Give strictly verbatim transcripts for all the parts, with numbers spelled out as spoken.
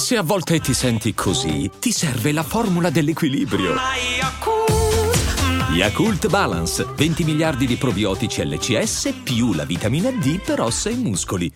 Se a volte ti senti così, ti serve la formula dell'equilibrio. Yakult Balance, venti miliardi di probiotici L C S più la vitamina D per ossa e muscoli.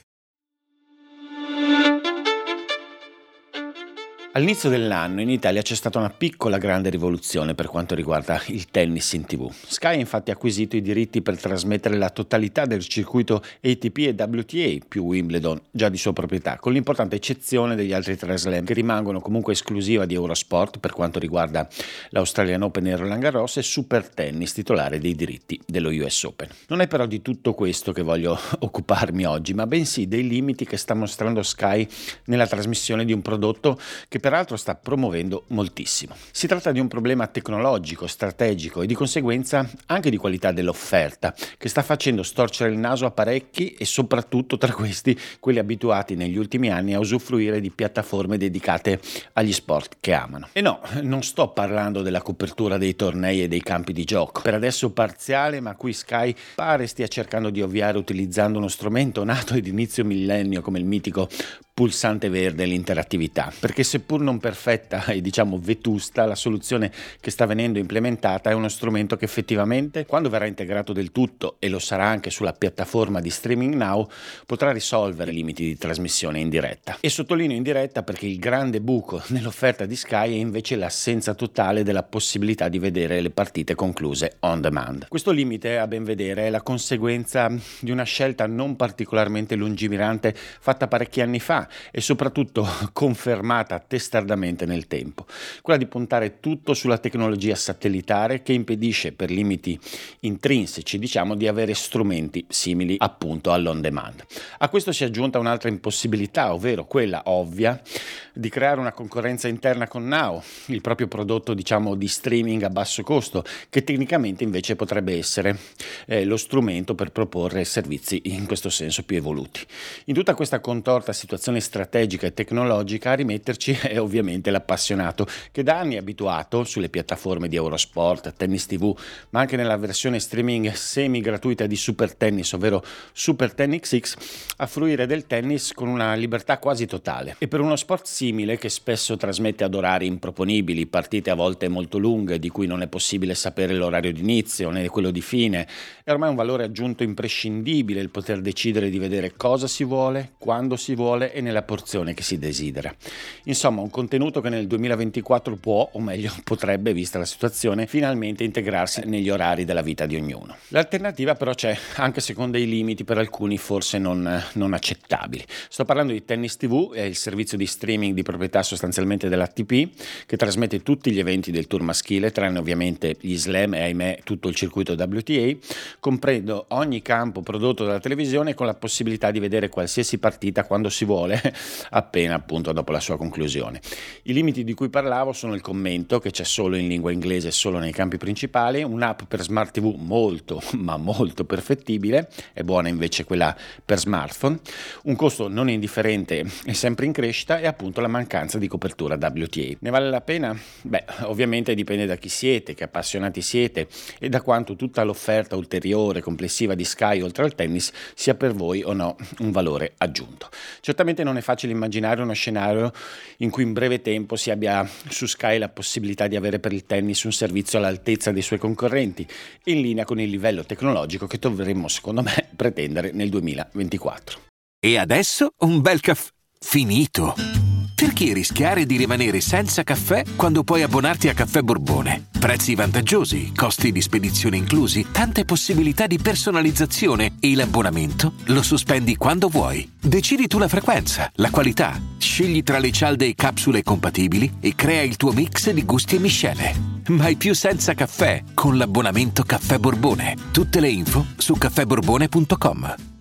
All'inizio dell'anno in Italia c'è stata una piccola grande rivoluzione per quanto riguarda il tennis in tivù. Sky ha infatti acquisito i diritti per trasmettere la totalità del circuito A T P e W T A più Wimbledon, già di sua proprietà, con l'importante eccezione degli altri tre slam che rimangono comunque esclusiva di Eurosport per quanto riguarda l'Australian Open e Roland Garros e Super Tennis, titolare dei diritti dello U S Open. Non è però di tutto questo che voglio occuparmi oggi, ma bensì dei limiti che sta mostrando Sky nella trasmissione di un prodotto che peraltro sta promuovendo moltissimo. Si tratta di un problema tecnologico, strategico e di conseguenza anche di qualità dell'offerta, che sta facendo storcere il naso a parecchi e soprattutto tra questi quelli abituati negli ultimi anni a usufruire di piattaforme dedicate agli sport che amano. E no, non sto parlando della copertura dei tornei e dei campi di gioco, per adesso parziale, ma a cui Sky pare stia cercando di ovviare utilizzando uno strumento nato ad inizio millennio come il mitico pulsante verde, l'interattività, perché seppur non perfetta e diciamo vetusta, la soluzione che sta venendo implementata è uno strumento che effettivamente, quando verrà integrato del tutto, e lo sarà anche sulla piattaforma di Streaming Now, potrà risolvere i limiti di trasmissione in diretta. E sottolineo in diretta perché il grande buco nell'offerta di Sky è invece l'assenza totale della possibilità di vedere le partite concluse on demand. Questo limite, a ben vedere, è la conseguenza di una scelta non particolarmente lungimirante fatta parecchi anni fa e soprattutto confermata testardamente nel tempo, quella di puntare tutto sulla tecnologia satellitare che impedisce per limiti intrinseci diciamo di avere strumenti simili appunto all'on demand. A questo si è aggiunta un'altra impossibilità, ovvero quella ovvia di creare una concorrenza interna con Now, il proprio prodotto diciamo di streaming a basso costo, che tecnicamente invece potrebbe essere eh, lo strumento per proporre servizi in questo senso più evoluti. In tutta questa contorta situazione strategica e tecnologica a rimetterci è ovviamente l'appassionato che da anni è abituato sulle piattaforme di Eurosport, Tennis tivù, ma anche nella versione streaming semi gratuita di Super Tennis, ovvero Super Tennis X, a fruire del tennis con una libertà quasi totale. E per uno sport simile che spesso trasmette ad orari improponibili, partite a volte molto lunghe di cui non è possibile sapere l'orario di inizio né quello di fine, è ormai un valore aggiunto imprescindibile il poter decidere di vedere cosa si vuole, quando si vuole e nella porzione che si desidera. Insomma, un contenuto che nel duemilaventiquattro può, o meglio potrebbe, vista la situazione, finalmente integrarsi negli orari della vita di ognuno. L'alternativa però c'è, anche se con dei limiti per alcuni forse non, non accettabili. Sto parlando di Tennis tivù, è il servizio di streaming di proprietà sostanzialmente dell'A T P, che trasmette tutti gli eventi del tour maschile, tranne ovviamente gli slam e ahimè tutto il circuito W T A, comprendo ogni campo prodotto dalla televisione con la possibilità di vedere qualsiasi partita quando si vuole, appena appunto dopo la sua conclusione. I limiti di cui parlavo sono il commento, che c'è solo in lingua inglese solo nei campi principali, un'app per smart tivù molto ma molto perfettibile, è buona invece quella per smartphone, un costo non indifferente e sempre in crescita e appunto la mancanza di copertura W T A. Ne vale la pena? Beh, ovviamente dipende da chi siete, che appassionati siete e da quanto tutta l'offerta ulteriore complessiva di Sky oltre al tennis sia per voi o no un valore aggiunto. Certamente non è facile immaginare uno scenario in cui in breve tempo si abbia su Sky la possibilità di avere per il tennis un servizio all'altezza dei suoi concorrenti, in linea con il livello tecnologico che dovremmo, secondo me, pretendere nel duemilaventiquattro. E adesso un bel caffè finito. Perché rischiare di rimanere senza caffè quando puoi abbonarti a Caffè Borbone? Prezzi vantaggiosi, costi di spedizione inclusi, tante possibilità di personalizzazione e l'abbonamento lo sospendi quando vuoi. Decidi tu la frequenza, la qualità, scegli tra le cialde e capsule compatibili e crea il tuo mix di gusti e miscele. Mai più senza caffè con l'abbonamento Caffè Borbone. Tutte le info su caffè borbone punto com.